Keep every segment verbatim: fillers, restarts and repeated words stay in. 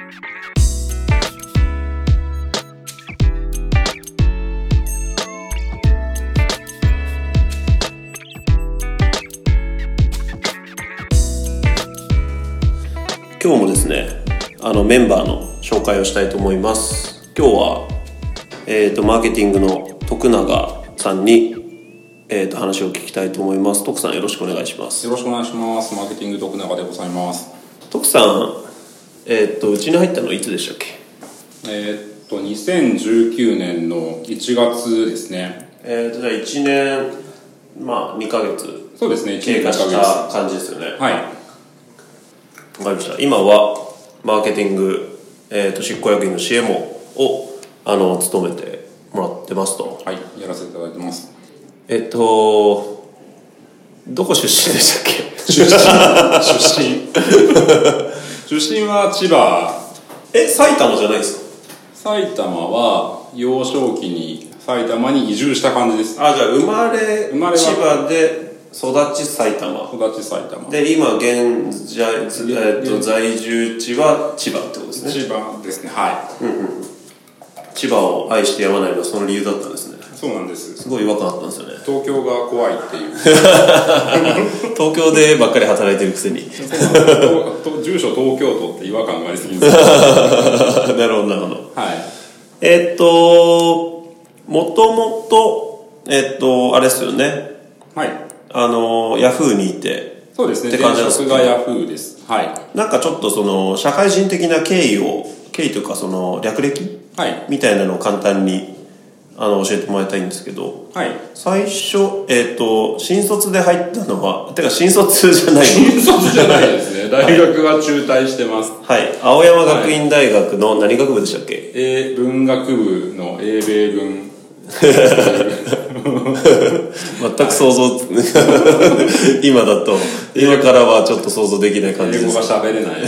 今日もですね、あのメンバーの紹介をしたいと思います。今日は、えーと、マーケティングの徳永さんに、えーと、話を聞きたいと思います。徳さん、よろしくお願いします。 よろしくお願いします。マーケティング徳永でございます。 徳さん、えーと、うちに入ったのいつでしたっけ？ えー、っとにせんじゅうきゅうねんのいちがつですね。 えーとじゃあいちねん、まあにかげつそうですね、 経過した感じですよね。 はい、 わかりました。今はマーケティング、えー、と執行役員の シーエムオー をあの務めてもらってますと。 はい、やらせていただいてます。 えっとどこ出身でしたっけ？ 出身出身出身は千葉。 え、埼玉じゃないですか？ 埼玉は幼少期に埼玉に移住した感じです。 あ、じゃあ生まれ生まれは千葉で育ち埼玉育ち埼玉で、今現在、えっと、在住地は千葉ってことですね。 千葉ですね。はい、 うんうん、千葉を愛してやまないのはその理由だったんですね。 そうなんです。 すごい違和感あったんですよね。 東京が怖いっていう東京でばっかり働いてるくせに住所東京都って違和感がありすぎるんですなるほどなるほど。 はい。 えー、っともともとえー、っとあれですよね。 はい。 あのヤフーにいて。 そうですね。 って感じなんです前職がヤフーです。はい。 なんかちょっとその社会人的な経緯を経緯というかその略歴、 はい、 みたいなのを簡単にあの教えてもらいたいんですけど、 はい、 最初、えー、と新卒で入ったのはてか新卒じゃない新卒じゃないですね。大学は中退してます。 はい、青山学院大学の何学部でしたっけ？はい、 英文学部の英米文全く想像、はい、今だと今からはちょっと想像できない感じです。 英語が喋れない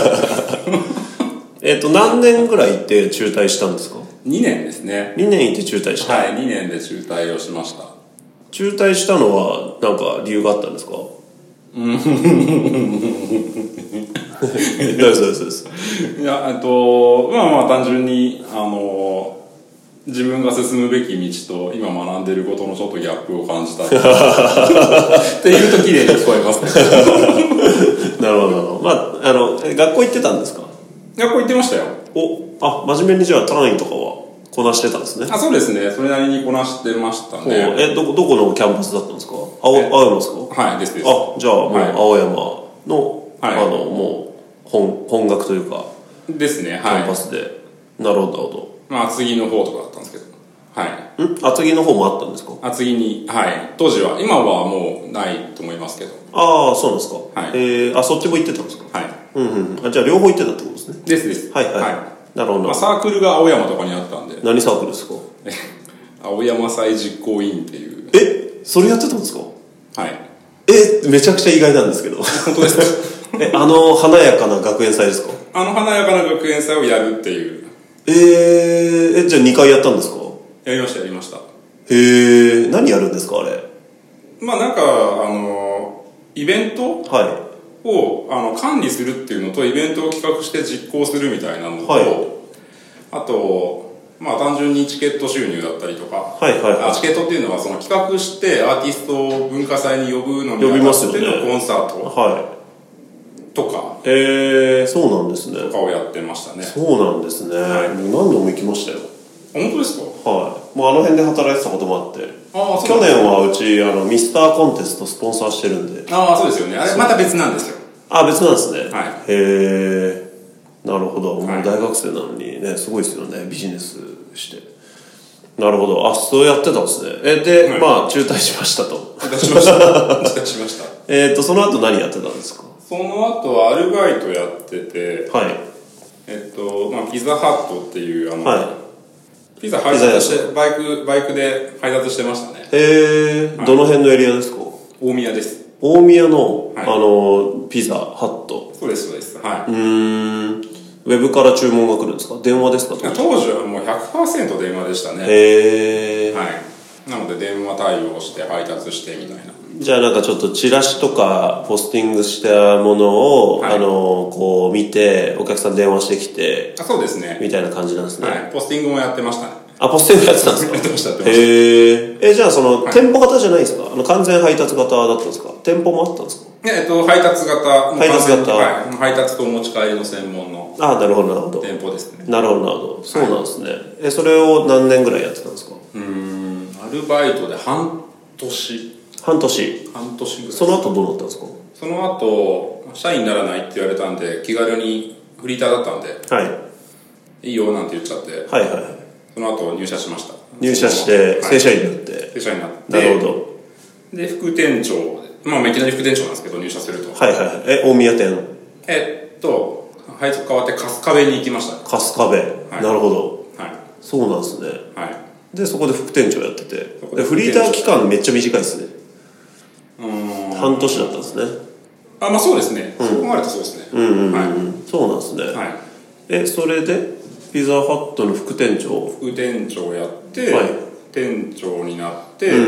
えっと何年ぐらいいて中退したんですか？ にねんですね。 にねんいて中退した。 はい、にねんで中退をしました。 中退したのは何か理由があったんですか？うん大丈夫です。 いや、えっとまあまあ単純にあの自分が進むべき道と今学んでいることのちょっとギャップを感じたっていうと綺麗に聞こえますねなるほどなるほど。まああの学校行ってたんですか？ 学校行ってましたよ。 お、あ、真面目にじゃあ単位とかはこなしてたんですね。 あ、そうですね。それなりにこなしてましたね。 え、どこどこのキャンパスだったんですか？青山ですか？ はい、ですです。 あ、じゃあもう青山の、はい、あのもう本本学というかですね。はい。 キャンパスで、なるほどなるほど。 まあ厚木の方とかだったんですけど。はい。 ん？厚木の方もあったんですか？ 厚木に、はい。当時は、今はもうないと思いますけど。 ああ、そうなんですか。 はい。 えー、あ、そっちも行ってたんですか？ はい。 うんうん。あ、じゃあ両方行ってたってことですね。 ですです。 はいはい。はい、なるほど。 まあ、サークルが青山とかにあったんで。 何サークルですか？ 青山祭実行委員っていう。 え、それやってたんですか？ はい。 え、めちゃくちゃ意外なんですけど。 本当ですか？ え、あの華やかな学園祭ですか？ あの華やかな学園祭をやるっていう。 えー、え、じゃあにかいやったんですか？ やりましたやりました。 へえ、何やるんですかあれ？ まあなんかあのイベント、 はい、 をあの管理するっていうのとイベントを企画して実行するみたいなのと、はい、あとまあ単純にチケット収入だったりとか、 はいはいはい、 チケットっていうのはその企画してアーティストを文化祭に呼ぶのにあたってのコンサート、はい、とか、 えー、そうなんですね。 とかをやってましたね。 そうなんですね、はい、何度も行きましたよ。 本当ですか？ はい、もうあの辺で働いてたこともあって、 あ去年はうちあのミスターコンテストスポンサーしてるんで。 ああ、そうですよね。あれまた別なんですよ。 あ、別なんですね。 はい、 へえ、なるほど。もう大学生なのにね、すごいですよね、ビジネスして。なるほど。あ、そうやってたんですね。えで、はい、まあ中退しましたと。 中退しました。中退しました。 えっとその後何やってたんですか？ その後はアルバイトやってて、 はい。 えっとまあピザハットっていうあの、はい、ピザ配達してバイクバイクで配達してましたね。 へえ、はい、どの辺のエリアですか？ 大宮です。 大宮の、 はい、 あのピザハット。 そうですそうです。はい。 うーん。ウェブから注文が来るんですか？電話ですか？ 当時はもう ひゃくパーセント 電話でしたね。 へえ。 はい。なので電話対応して配達してみたいな。 じゃあなんかちょっとチラシとかポスティングしたものを、はい、あのこう見てお客さん電話してきて、 あ、そうですね、 みたいな感じなんですね。 はい、ポスティングもやってましたね。 あ、ポスティングやってたんですか？ やってました、やってました。 へえ。え、じゃあその、はい、店舗型じゃないんですか？あの完全配達型だったんですか？店舗もあったんですか？ いや、えっと配達型、 配達型、 はい、配達とお持ち帰りの専門の。 あ、なるほどなるほど。 店舗ですね。 なるほどなるほど。そうなんですね。はい、え、それを何年ぐらいやってたんですか？ うーん、アルバイトで半年。 半年。 半年ぐらい。 その後どうなったんですか？ その後社員にならないって言われたんで、気軽にフリーターだったんで、はい、いいよなんて言っちゃって、はいはいはい、その後入社しました。 入社して正社員になって、はい、 正社員になって、 なるほど。 で副店長、まあいきなり副店長なんですけど、入社すると、 はいはいはい。え、大宮店？ えっと配属変わって春日部に行きました。 春日部、はい、なるほど、はい、そうなんですね。 はい。 でそこで副店長やってて、でフリーター期間めっちゃ短いですね。うーん、半年だったんですね。 あ、まあそうですね、うん、そう考えるとそうですね。 うんうんうん、はい、そうなんですね。はい。え、それでピザハットの副店長副店長やって、はい、店長になって、うん、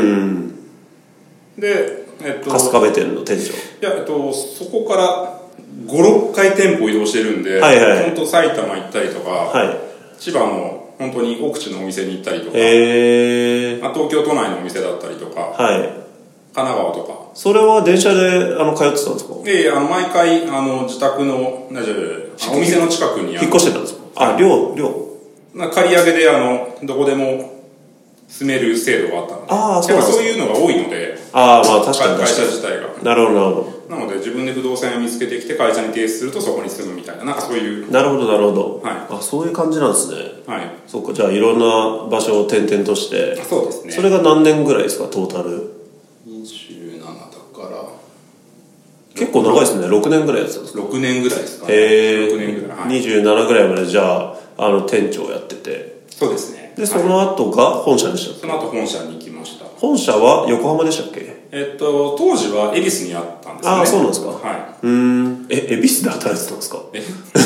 で、えっと、 春日部店の店長。いや、えっと、そこからご、ろっかい店舗移動してるんで、はいはい、本当埼玉行ったりとか、はい、千葉の本当に奥地のお店に行ったりとか、えー、あ、東京都内のお店だったりとか、はい、神奈川とか。 それは電車であの通ってたんですか？ ええ、あの毎回あの自宅のなじゃお店の近くに引っ越してたんですか？あ、寮寮借り上げであのどこでも住める制度があったので、ああ、そうなんですか。やっぱそういうのが多いので、 ああ、まあ確かに会社自体が。 なるほどなるほど。なので自分で不動産を見つけてきて会社に提出するとそこに住むみたいな、なんかそういう。 なるほどなるほど。はい。あ、そういう感じなんですね。はい。そうか、じゃあいろんな場所を転々として。 そうですね。 それが何年ぐらいですか、トータル？ にじゅうななだから。 結構長いですね。ろくねんぐらいやってたんですか？ ろくねんぐらいですかね。 へえ。 ろくねんぐらい。はい、 にじゅうななぐらいまでじゃあ、あの店長やってて。 そうですね。 で、その後が本社でしたっけ？ その後本社に行きました。 本社は横浜でしたっけ？ えっと、当時は恵比寿にあったんですね。 ああ、そうなんですか。はい。うん。え、恵比寿で働いてたんですか？え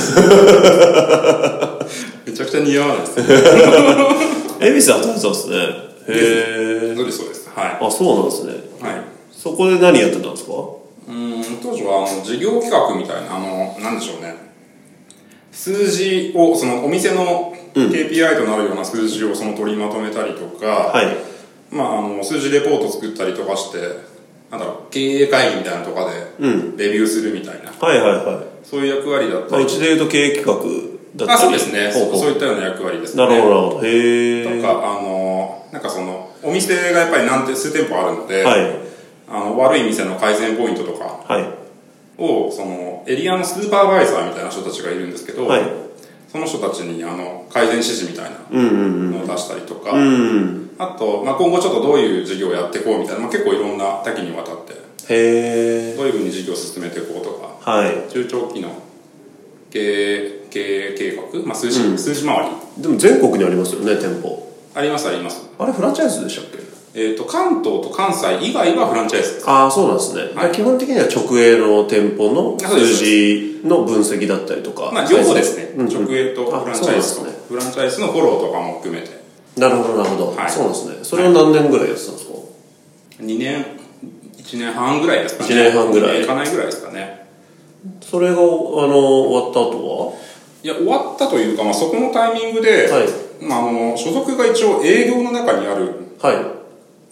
めちゃくちゃ似合わないですね。 恵比寿で働いてたんですね。へえ。 そうです、そうです。はい。 あ、そうなんですね。はい。そこで何やってたんですか？ うん、当時はあの事業企画みたいな、あの、なんでしょうね。数字を、そのお店の ケーピーアイ となるような数字をその取りまとめたりとか、はい、まあ、あの数字レポート作ったりとかして、なんだろう、経営会議みたいなとかでレビューするみたいな、うん、はいはいはい、そういう役割だったり、 うちでいうと経営企画だったり、 あ、そうですね、ほうほう、そういったような役割ですね。 なるほどなるほど。へえ。 とか、あのなんかそのお店がやっぱり何て数店舗あるので、はい、あの悪い店の改善ポイントとか、はい、をそのエリアのスーパーバイザーみたいな人たちがいるんですけど、はい、その人たちにあの改善指示みたいなのを出したりとか、うんうんうん、あと、まあ、今後ちょっとどういう事業をやっていこうみたいな、まあ、結構いろんな多岐にわたってへどういうふうに事業を進めていこうとか、はい、中長期の経営、経営計画、まあ、数字、うん、数字回り。 でも全国にありますよね、店舗。 ありますあります。 あれフランチャイズでしたっけ？ えー、と関東と関西以外はフランチャイズです。 ああ、そうなんですね、はい、基本的には直営の店舗の数字の分析だったりとか、 まあ、両方ですね、うんうん、直営とフランチャイズと、ね、フランチャイズのフォローとかも含めて。 なるほどなるほど、はい、そうなんですね。それを何年ぐらいやってたんですか？ にねん、いちねんはんぐらいですかね。 いちねんはんぐらいいかないぐらいですかね。 それがあの終わった後は、 いや終わったというか、まあ、そこのタイミングで、はい、まあ、あの所属が一応営業の中にある、はい、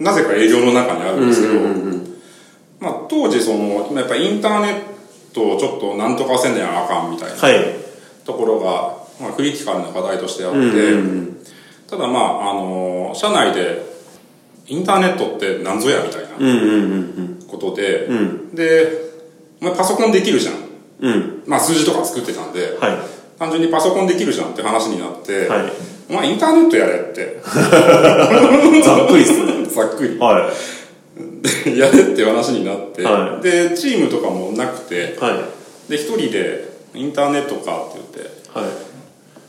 なぜか営業の中にあるんですけど、うんうんうんうん、まあ、当時そのやっぱインターネットをちょっとなんとかせんねやあかんみたいな、はい、ところが、まあ、クリティカルな課題としてあって、うんうんうん、ただまああの社内でインターネットって何ぞやみたいなことで、うんうんうんうん、で、まあ、パソコンできるじゃん、うん、まあ数字とか作ってたんで、はい、単純にパソコンできるじゃんって話になって、はい、お前インターネットやれってざっくりっすね。 ざっくり、はい、やれって話になって、はい、でチームとかもなくて、はい、で一人でインターネットかって言って、はい、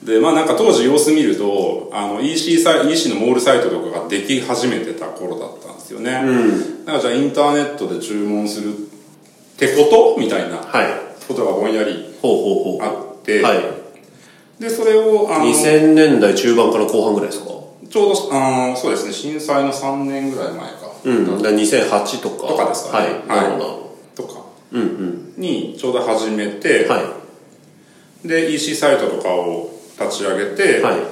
でまあなんか当時様子見るとあの イーシー サイ イーシー のモールサイトとかができ始めてた頃だったんですよね、うん、だからじゃあインターネットで注文するってことみたいなことがぼんやりあって、はい、でそれをあのにせんねんだい中盤から後半ぐらいですか？ ちょうどあのそうですね、震災のさんねんぐらい前かうん、だからにせんはちとかとかですかね、 はい、なるほどとかうんうんにちょうど始めて、 はい、 で イーシー サイトとかを立ち上げて、 はい、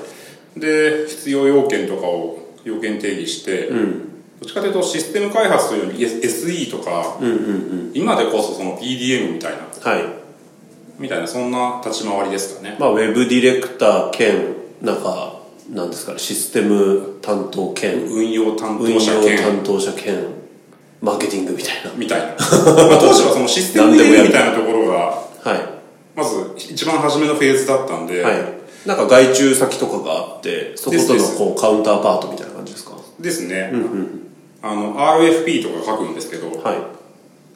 で必要要件とかを要件定義して、うん、どっちかというとシステム開発というより エスイー とか、うんうんうん、今でこそその ピーディーエム みたいな、はい、みたいなそんな立ち回りですかね。 まあウェブディレクター兼なんかなんですかね、システム担当兼運用担当者兼運用担当者兼マーケティングみたいなみたいなまあ当時はそのシステムでみたいなところが、はい、まず一番初めのフェーズだったんで、はい、 なんか外注先とかがあってそことのこうカウンターパートみたいな感じですかですね、うんうん、あの アールエフピー とか書くんですけど、はい、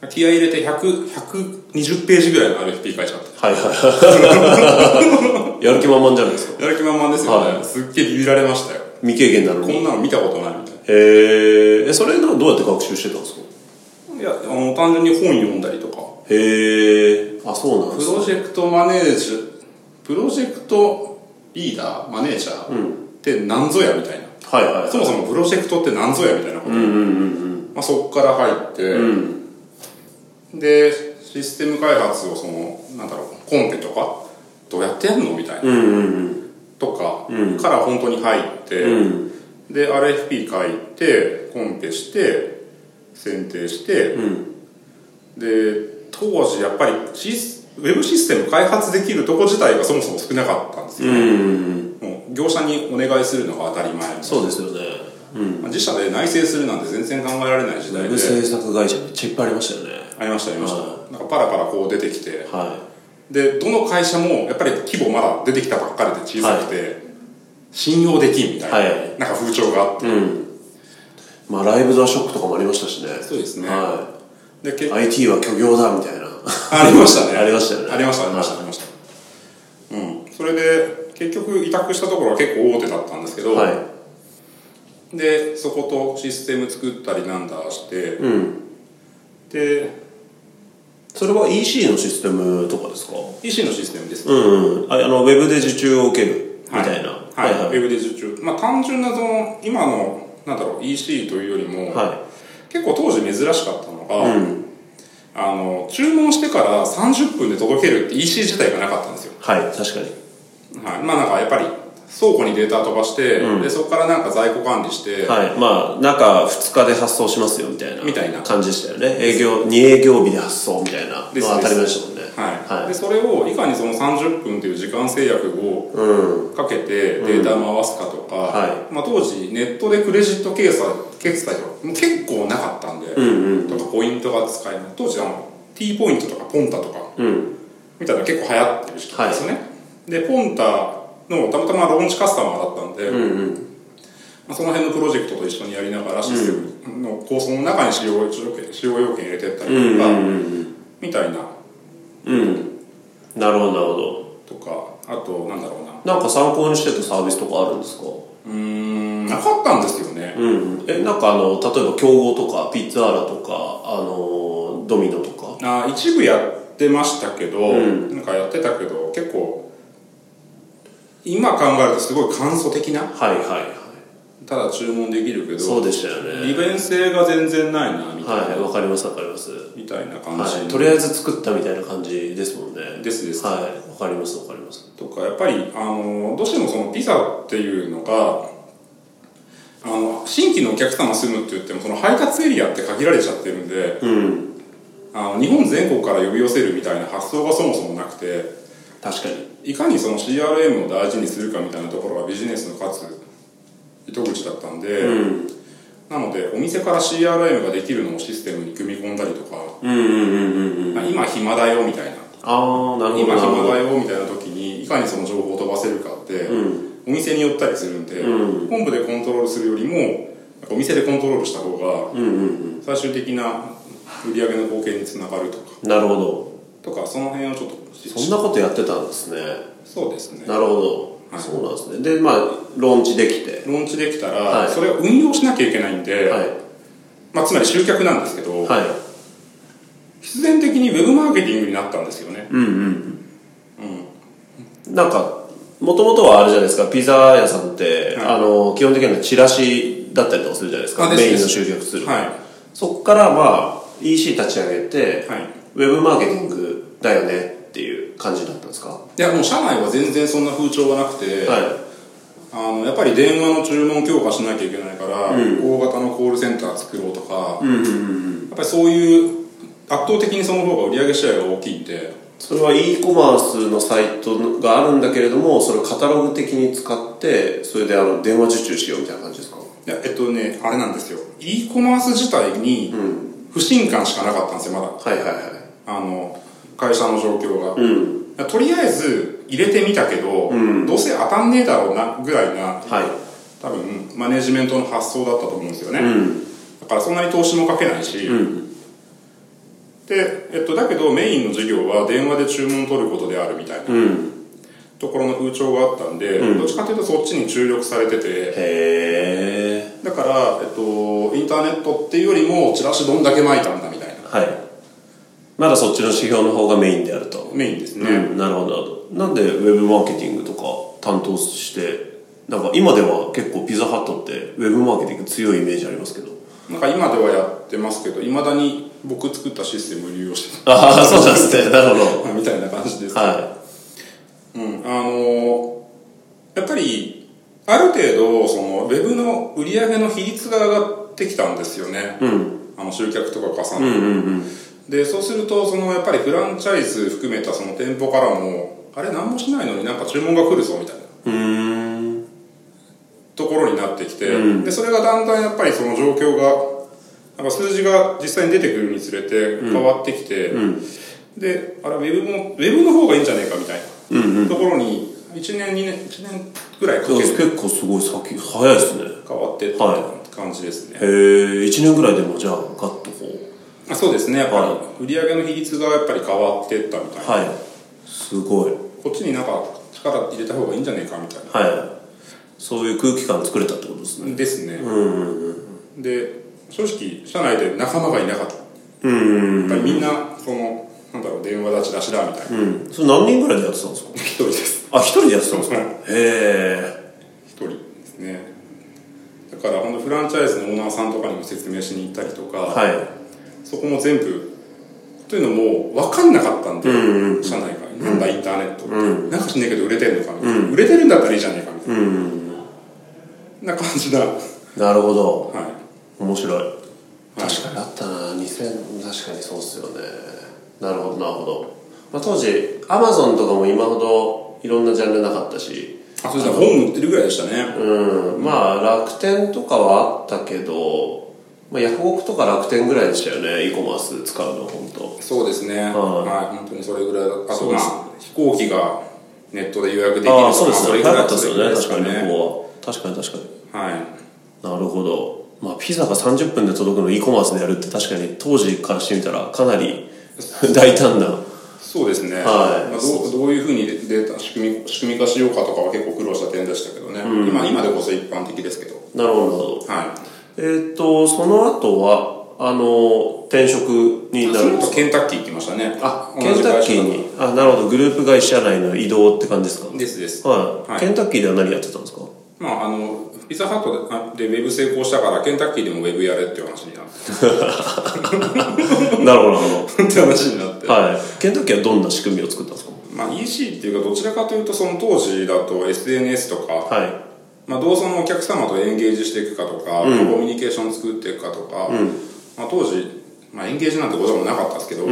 気合い入れてひゃく、ひゃくにじゅうページぐらいの アールエフピー 書いちゃったはいはいやる気満々じゃないですか。 やる気満々ですよね、はい、すっげえビビられましたよ。 未経験なのにこんなの見たことないみたいな。 へえ。それどうやって学習してたんですか？ いやあの単純に本読んだりとか。 へえ。あ、そうなんですね。 プロジェクトマネージプロジェクトリーダーマネージャーって何ぞやみたいな、はいはいはい、そもそもプロジェクトって何ぞやみたいなこと、うんうんうんうんまあ、そこから入って、うん、でシステム開発をそのなんだろうコンペとかどうやってやるのみたいな、うんうんうん、とか、うん、から本当に入って、うん、で アールエフピー 書いてコンペして選定して、うん、で当時やっぱりシスウェブシステム開発できるとこ自体がそもそも少なかったんですよね、うんうんうん、もう業者にお願いするのが当たり前。 そうですよね、うんまあ、自社で内製するなんて全然考えられない時代でウェブ制作会社めっちゃいっぱいありましたよね。 ありましたありました、はい、なんかパラパラこう出てきて、はい、でどの会社もやっぱり規模まだ出てきたばっかりで小さくて、はい、信用できんみたいな、はい、なんか風潮があって、うんまあ、ライブドアショックとかもありましたしね。 そうですね、 はい、で アイティー は虚業だみたいなありましたねありましたよね。 ありましたありましたありました、うん、それで結局委託したところは結構大手だったんですけど、はい、でそことシステム作ったりなんだして、うん、でそれは イーシー のシステムとかですか？ イーシー のシステムですね、 うんうん、ああのウェブで受注を受けるみたいな、 はいはいはい、ウェブで受注、まあ単純なその今のなんだろう イーシー というよりも、はい、結構当時珍しかったのが、うん、あの注文してからさんじゅっぷんで届けるって イーシー 自体がなかったんですよ。 はい、確かに、 はい、まあなんかやっぱり倉庫にデータ飛ばして、うん、でそこからなんか在庫管理して、 はい、まあ中ふつかで発送しますよみたいなみたいな感じでしたよね。営業に営業日で発送みたいなのは当たり前でしたもんね。 はいはい、でそれをいかにそのさんじゅっぷんという時間制約をかけてデータ回すかとか、うんはいまあ、当時ネットでクレジット決済決済とか結構なかったんで、うんうん、とかポイントが使えない当時あの T ポイントとかポンタとか、うん、みたいな結構流行ってる時期ですよね、はい、でポンタのたまたまローンチカスタマーだったんで、うんうんまあ、その辺のプロジェクトと一緒にやりながらシステムの構想の中に使用使用要件入れてったりとか、うんうんうん、みたいなうんなるほどなるほどとかあとなんだろうななんか参考にしてたサービスとかあるんですか？ うーんなかったんですよね、 うん、えなんかあの例えば競合とかピッツァーラとかあのドミノとかあ一部やってましたけど、うん、なんかやってたけど結構今考えるとすごい簡素的なはいはいはいただ注文できるけどそうでしたよね利便性が全然ないなみたいなはいわかりますわかりますみたいな感じ、 はい、とりあえず作ったみたいな感じですもんねですですはいわかりますわかりますとかやっぱりあのどうしてもそのピザっていうのがあの新規のお客様住むって言ってもその配達エリアって限られちゃってるんで、うん、あの日本全国から呼び寄せるみたいな発想がそもそもなくて確かにいかにその シーアールエム を大事にするかみたいなところがビジネスのかつ糸口だったんで、うん、なのでお店から シーアールエム ができるのをシステムに組み込んだりとか、うんうんうんうん、今暇だよみたいなあなるほど今暇だよみたいな時にいかにその情報を飛ばせるかって、うん、お店に寄ったりするんで、うん、本部でコントロールするよりもお店でコントロールした方が、うんうんうん、最終的な売上の貢献につながるとかなるほどとかその辺をちょっとそんなことやってたんですね。 そうですねなるほどはい、そうなんですね。で、まあ、ローンチできて。 ローンチできたら、はい、それを運用しなきゃいけないんで、はい、まあ、つまり集客なんですけど、はい、必然的にウェブマーケティングになったんですよね。うんうんうん。なんか、もともとはあれじゃないですか、ピザ屋さんって、はい、あの、基本的にはチラシだったりとかするじゃないですか。 あメインの集客する。 はい。 そこからまあ イーシー 立ち上げて、 はい、 ウェブマーケティングだよねっていう感じだったんですか？ いやもう社内は全然そんな風潮はなくて、 はい、 あのやっぱり電話の注文強化しなきゃいけないから、うん、大型のコールセンター作ろうとか、うんうんうん、やっぱりそういう圧倒的にその方が売上シェアが大きいんで。 それは e コマースのサイトがあるんだけれども、それをカタログ的に使ってそれであの電話受注しようみたいな感じですか？ いやえっとねあれなんですよ、 e コマース自体に不信感しかなかったんですよまだ。 はいはいはい。 あの会社の状況が、 うん、 とりあえず入れてみたけど、うん、どうせ当たんねえだろうなぐらいな、はい、多分マネジメントの発想だったと思うんですよね、うん、だからそんなに投資もかけないし、うん、で、えっと、だけどメインの事業は電話で注文取ることであるみたいな、うん、ところの風潮があったんで、うん、どっちかというとそっちに注力されてて、 へー。 だから、えっと、インターネットっていうよりもチラシどんだけ巻いたんだみたいな、 はい、まだそっちの指標の方がメインであると。 メインですね、 うん、なるほど。なんでウェブマーケティングとか担当してなんか今では結構ピザハットってウェブマーケティング強いイメージありますけど、 なんか今ではやってますけど、いまだに僕作ったシステムを利用してああそうなんですね。なるほどみたいな感じです、 はい、 うん、あのやっぱりある程度そのウェブの売り上げの比率が上がってきたんですよね、うん、あの集客とか重ねて、うんうんうん、でそうするとそのやっぱりフランチャイズ含めたその店舗からもあれ何もしないのになんか注文が来るぞみたいなうーんところになってきて、うん、でそれがだんだんやっぱりその状況がなんか数字が実際に出てくるにつれて変わってきて、うん、であれウェブもウェブの方がいいんじゃないかみたいな、うんうん、ところにいちねんにねんいちねんぐらいかけて結構すごい先早いですね。 変わってった感じですね、 はい、へえいちねんぐらいでもじゃあガッとこうあそうですねやっぱり売り上げの比率がやっぱり変わってったみたいな、 はい、すごいこっちになんか力入れた方がいいんじゃないかみたいな、 はい、そういう空気感作れたってことですね。 ですね、 うんうんうん、 で正直社内で仲間がいなかった、うんうん、やっぱりみんなそのなんだろう電話だチラシだみたいな、うん、 それ何人ぐらいでやってたんですか？ 一人です。 あ一人でやってたんですか？へえ一人ですね。だから本当フランチャイズのオーナーさんとかにも説明しに行ったりとか、はい、そこも全部というのも分かんなかったんで、うんうん、社内がなんだインターネットって、うん、なんかしねえけど売れてるのかみたいな、うん、売れてるんだったらいいじゃねえかみたいな、うん、な感じだ。 なるほど、 はい、 面白い。確かにあったなにせん確かにそうっすよね。なるほどなるほど、まあ、当時アマゾンとかも今ほどいろんなジャンルなかったし、 あそうですね本売ってるぐらいでしたね。 うん、まあ楽天とかはあったけど、まあ、ヤフオクとか楽天ぐらいでしたよね e コマース使うの本当。 そうですね、はい、本当にそれぐらいだ。あとまあ飛行機がネットで予約できるとか、 あそうですね、早かったですよね。確かにね、 こう確かに確かに、 はい、 なるほど。まあ、ピザがさんじゅっぷんで届くのを e コマースでやるって確かに当時からしてみたらかなり大胆な。 そうですね、はい、まあ、どう、どういうふうにデータ仕組み、仕組み化しようかとかは結構苦労した点でしたけどね、うん、今, 今でこそ一般的ですけど。 なるほど、 はい、 えー、っとその後はあの転職になるんですか？ その後ケンタッキー行きましたね。 あケンタッキーに、あなるほど、グループ会社内の移動って感じですか？ ですです、 はいはい、ケンタッキーでは何やってたんですか？ まあ、あのピザハットでウェブ成功したからケンタッキーでもウェブやれっていう話になってなるほどなるほどって話になって、 はい、ケンタッキーはどんな仕組みを作ったんですか？ まあ、イーシー っていうかどちらかというとその当時だと エスエヌエス とか、はい、まあ、どうそのお客様とエンゲージしていくかとか、うん、コミュニケーション作っていくかとか、うん、まあ、当時、まあ、エンゲージなんてこともなかったですけど、うん、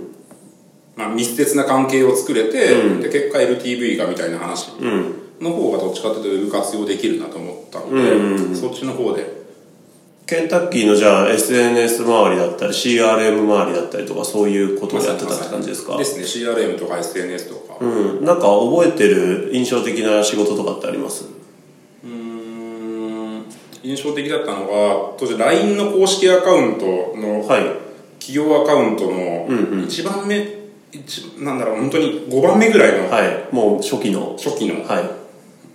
まあ、密接な関係を作れて、うん、で結果 エルティーブイ がみたいな話、うんの方がどっちかというとウェブ活用できるなと思ったので、うんうん、そっちの方でケンタッキーのじゃあ エスエヌエス 周りだったり シーアールエム 周りだったりとかそういうことをやってたって感じですか？ ですね、 シーアールエム とか エスエヌエス とか、 うん、なんか覚えてる印象的な仕事とかってあります？ うーん印象的だったのが当時 ライン の公式アカウントの、はい、企業アカウントのいちばんめ、うんうん、なんだろう本当にごばんめぐらいの、 はい、もう初期の初期の、はい、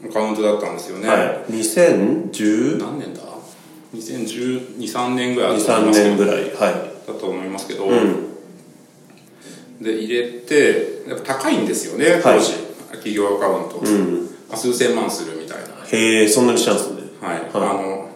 アカウントだったんですよね、 はい、にせんじゅう何年だにせんじゅうに、さんねんぐらいだと思いますけど、にさんねんぐらい、はい、 だと思いますけど、うん、で入れてやっぱ高いんですよね当時、はい、企業アカウント、うん、数千万するみたいな。 へえ、そんなにしたんですね。 はい、はい、あの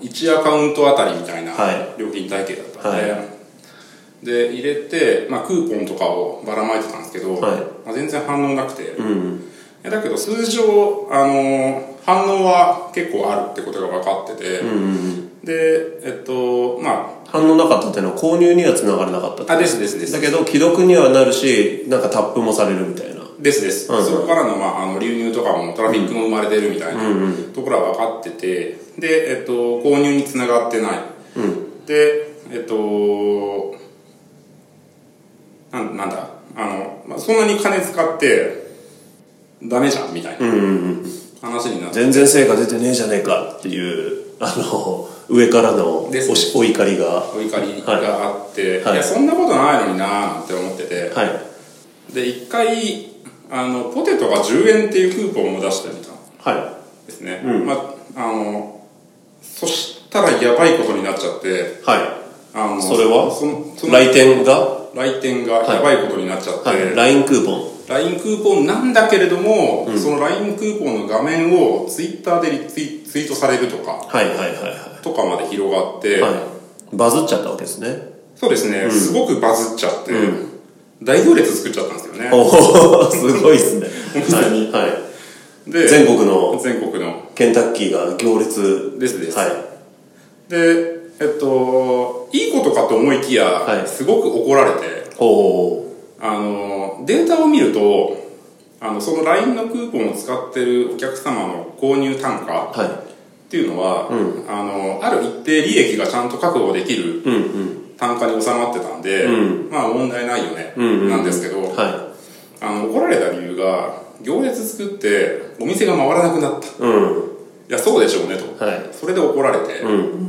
いちアカウントあたりみたいなはい料金体系だったんで、 はいで入れて、まあ、クーポンとかをばらまいてたんですけど、 はいまあ、全然反応なくて、 うんだけど数字上、あの反応は結構あるってことが分かってて、 うんうんでえっとま反応なかったっていうのは購入にはつながらなかったってああですですですだけど既読にはなるしなんかタップもされるみたいなですです、 うんうんそこからの,、まあ、あの流入とかもトラフィックも生まれてるみたいなうんうんところは分かってて、で、えっと、購入につながってない、 うんでえっとななんだあの、まあ、そんなに金使ってダメじゃんみたいなうんうんうん話になって、 全然成果出てねえじゃねえかっていうあの上からのおですしお怒りがお怒りがあって、 はいいやそんなことないのになーなんて思ってて、 はいで一回あのポテトがじゅうえんっていうクーポンを出してみたはですね、 うんまああのそしたらやばいことになっちゃっていはあのそれはそのその来店が来店がやばいことになっちゃって、 はい ライン クーポンライン クーポンなんだけれども、 うん、 その ライン クーポンの画面をツイッターでリツイツイートされるとかはいはいはいはとかまで広がって、 いはいバズっちゃったわけですねそうですね、 うんすごくバズっちゃって、 うん大行列作っちゃったんですよね。 おおすごいですねお店にはい、はいで全国の全国のケンタッキーが行列ですです、 はいでえっといいことかと思いきや、 はいすごく怒られて、 ほあのデータを見るとあのその ライン のクーポンを使ってるお客様の購入単価うはいっていうのは、 うんあのある一定利益がちゃんと確保できるうんうん単価に収まってたんで、 うんまあ問題ないよね、 うんうんなんですけど、 はあの怒られた理由が行列作ってお店が回らなくなった、いいうんやそうでしょうねと、 はいそれで怒られて、 うん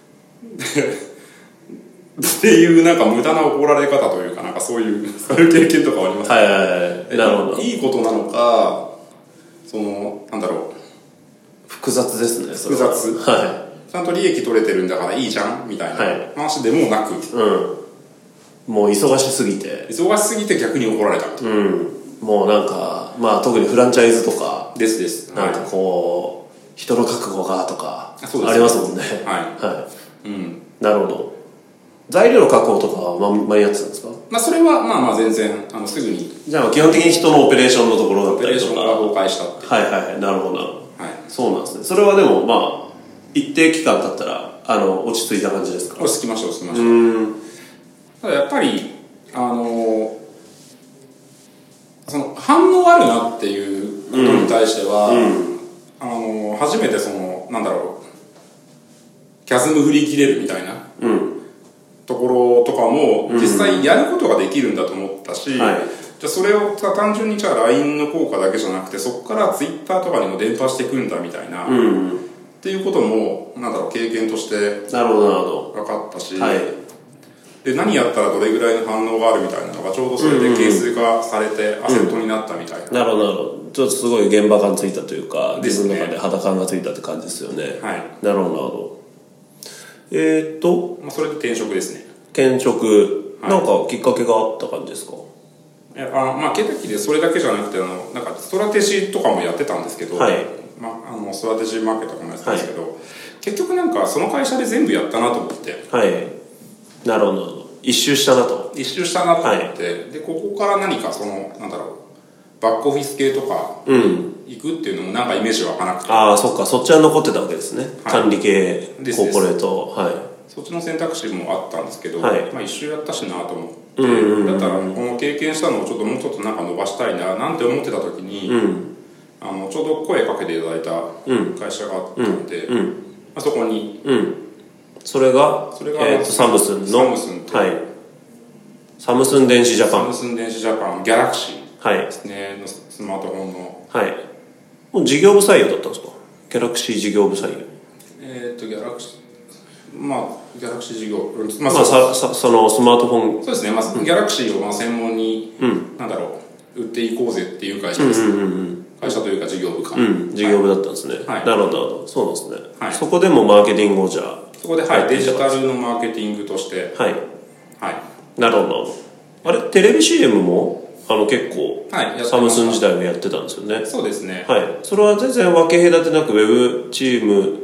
っていうなんか無駄な怒られ方というかなんかそういうそういう経験とかはありますか、 はいはいはいなるほどいいことなのかそのなんだろう複雑ですねそれは複雑はちゃんと利益取れてるんだからいいじゃんみたいなはい話でもなく、 いうんもう忙しすぎて忙しすぎて逆に怒られたうんもうなんかまあ特にフランチャイズとかですですなんかこう人の覚悟がとかあそうですありますもんねはいはうんいなるほど材料の確保とかは毎毎やってたんですかまあそれはまあまあ全然あのすぐにじゃあ基本的に人のオペレーションのところだオペレーったりとかションが崩壊したっていうはいはいはいなるほどなるほどはいそうなんですねそれはでもまあ一定期間経ったらあの落ち着いた感じですか落ち着きました落ち着きまうしたんただやっぱりあのその反応あるなっていうことに対しては、 うんあの初めてそのなんだろうキャズム振り切れるみたいなうんところとかも実際やることができるんだと思ったし、 はいじゃあそれを単純にじゃあ ライン の効果だけじゃなくてそこから ツイッター とかにも伝播していくんだみたいな、 うっんていうこともなんだろう経験としてなるほどなるほど分かったし、 はいで何やったらどれぐらいの反応があるみたいなのがちょうどそれで係数化されてアセットになったみたいな、 なるほどなるほどちょっとすごい現場感ついたというかですね自分の中で肌感がついたって感じですよねはい、 なるほどなるほどえー、っとまあ、それで転職ですね。 転職、 はいなんかきっかけがあった感じですかいやあまあケンタッキーでそれだけじゃなくてあのなんかストラテジーとかもやってたんですけど、 はいまあ、あのストラテジーマーケットとかもやってたんですけど、結局なんかその会社で全部やったなと思ってはいなるほどなるほど一周したなと一周したなと思って、はい、でここから何かそのなんだろうバックオフィス系とかうん行くっていうのもなんかイメージ湧かなくて、 ああそっかそっちは残ってたわけですね、 はい、 管理系コーポレートはいそっちの選択肢もあったんですけど、 はいまあ、一周やったしなと思って、 うんうんうん、 だったらこの経験したのをちょっともうちょっとなんか伸ばしたいななんて思ってた時に、 うん、 あのちょうど声かけていただいた会社があったんで、 うんうんまあ、そこに、 うん、それがそれが、 えー、とサムスンのサムスンと、 はい、サムスン電子ジャパンサムスン電子ジャパンギャラクシはいーですね、のスマートフォンのはいもう事業部採用だったんですかギャラクシー事業部採用えっ、ー、とギャラクシーまあギャラクシー事業まあ、まあ、ささそのスマートフォンそうですね、まあ、ギャラクシーをまあ専門に、うん、なんだろう売っていこうぜっていう会社です、 うんうんうん、 会社というか事業部か、 うん、事業部だったんですね、はい、なるほどなるほどそうなんですね、はい、そこでもマーケティングをじゃあそこで、はい、デジタルのマーケティングとしてはい、 はい、 なるほどなるほどあれテレビ シーエム もあの結構、 はい、 サムスン時代もやってたんですよねそうですねはいそれは全然分け隔てなくウェブチーム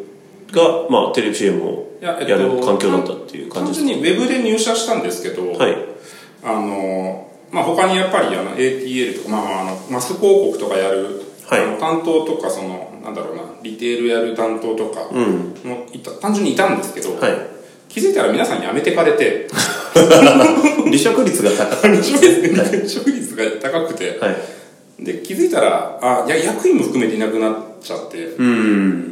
が、まあ、テレビ シーエム をいや、えっと、 やる環境だったっていう感じですか？ 単純にウェブで入社したんですけど、 はい、 あのまあ、他にやっぱりあの エーティーエル とか、まあ、あのマス広告とかやる、はい、あの担当とかそのなんだろうなリテールやる担当とかもいた、うん、単純にいたんですけど、はい、気づいたら皆さん辞めてかれて離職率が高くて離職率が高くて、はい、で気づいたらあいや役員も含めていなくなっちゃって、うん、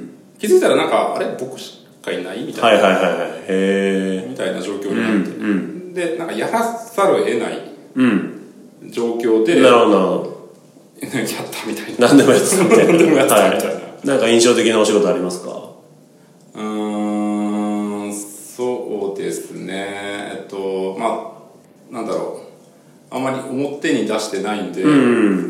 気づいたらなんかあれ僕しかいないみたいな、はいはいはいはい、へーみたいな状況になって、うんうん、でなんかやらざるを得ない状況で、うん、なるほどやったみたいな何でもやったみたいな何でもやったみたいな、はい、 なんか印象的なお仕事ありますか？ うーんそうですねえっとまあなんだろうあんまり表に出してないんで、うん、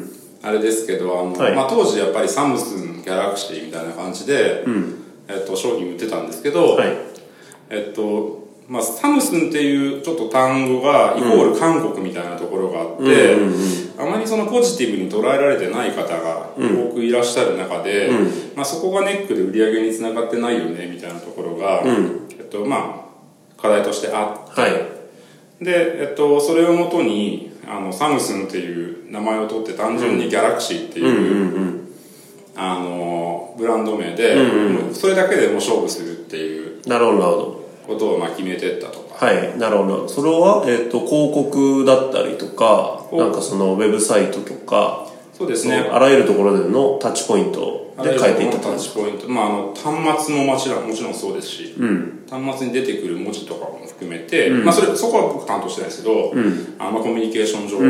あれですけどあの、はい、まあ、当時やっぱりサムスンギャラクシーみたいな感じで、うん、えっと、商品売ってたんですけど、はい、えっとまあ、サムスンっていうちょっと単語がイコール韓国みたいなところがあって、うんうんうんうん、あまりそのポジティブに捉えられてない方が多くいらっしゃる中で、うんまあ、そこがネックで売り上げにつながってないよねみたいなところが、うんえっとまあ、課題としてあって、はい、で、えっと、それをもとにあのサムスンっていう名前を取って単純にギャラクシーっていう、うんうんうん、あのブランド名で、うんうん、もうそれだけでも勝負するっていうなるほどなるほどことをまあ決めてったとか。 はい、なるほど。それは、えーと、広告だったりとか、なんかそのウェブサイトとか、 そうですね。 あらゆるところでのタッチポイントで変えていったタッチポイント。まあ、あの、端末ももちろん、もちろんそうですし、うん、端末に出てくる文字とかも含めて、うん、まあ、それ、そこは僕担当してないですけど、うん、あまあ、コミュニケーション上、うんうん、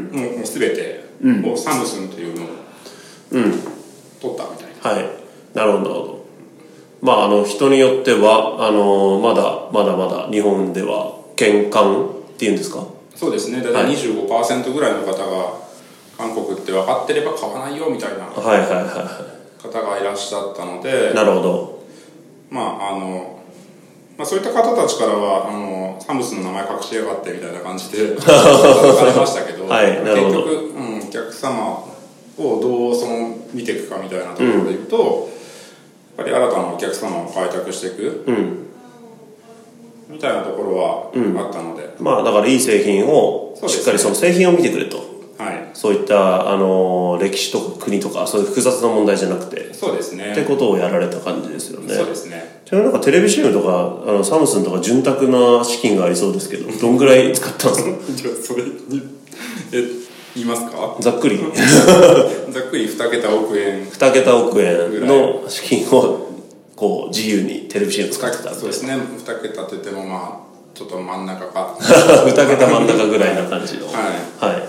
もう、もう全てをサムスンというのを、うん、取ったみたいな。 はい。なるほど、なるほど。まあ、あの人によってはあのまだまだまだ日本では券換っていうんですか？ そうですね。だいたい にじゅうごパーセント ぐらいの方が韓国って分かってれば買わないよみたいな方がいらっしゃったので、 なるほど。 まああの、まあ、そういった方たちからはあのサムスンの名前隠しやがってみたいな感じで叩かれましたけど、はい、なるほど。結局、うん、お客様をどうその見ていくかみたいなところで言うと、うんやっぱり新たなお客様を開拓していく、うん、みたいなところはあったので、 うん、まあだからいい製品をしっかりその製品を見てくれと、はい、そういったあの歴史とか国とかそういう複雑な問題じゃなくてそうですねってことをやられた感じですよね。 そうですね。 ちなみになんかテレビ シーエム とかあのサムスンとか潤沢な資金がありそうですけどどんぐらい使ったんですか？ それえ言いますか？ ざっくりざっくりに桁億円に桁億円の資金をこう自由にテレビ シーエム 使ってたんで。 そうですね。に桁って言ってもまあちょっと真ん中かに桁真ん中ぐらいな感じのはい、はい、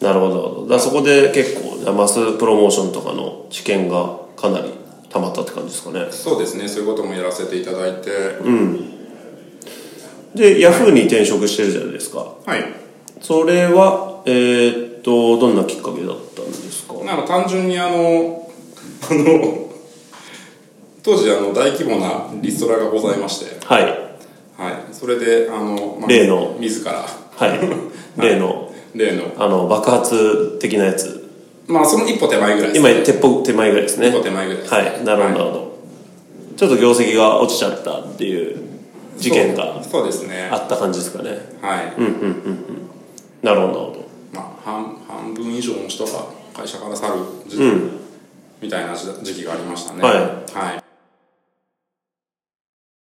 なるほど。だからそこで結構マスプロモーションとかの知見がかなり溜まったって感じですかね。 そうですね。そういうこともやらせていただいてうんでヤフーに転職してるじゃないですか。はいそれはえー、っとどんなきっかけだったんですか？ なんか単純にあのあの当時あの大規模なリストラがございましてはい、はい、それであの、まあ、 例の自らはい例の例のあの爆発的なやつまあその一歩手前ぐらいですね。 今手歩手前ぐらいですね。 一歩手前ぐらいですね。 はいなるほど、はい、なるほど。ちょっと業績が落ちちゃったっていう事件がそうですねあった感じですかね。 はいうんうんうんうんなるほどなるほど。 まあ半半分以上の人が会社から去る時期、うん、みたいな時期がありましたね。はい、はい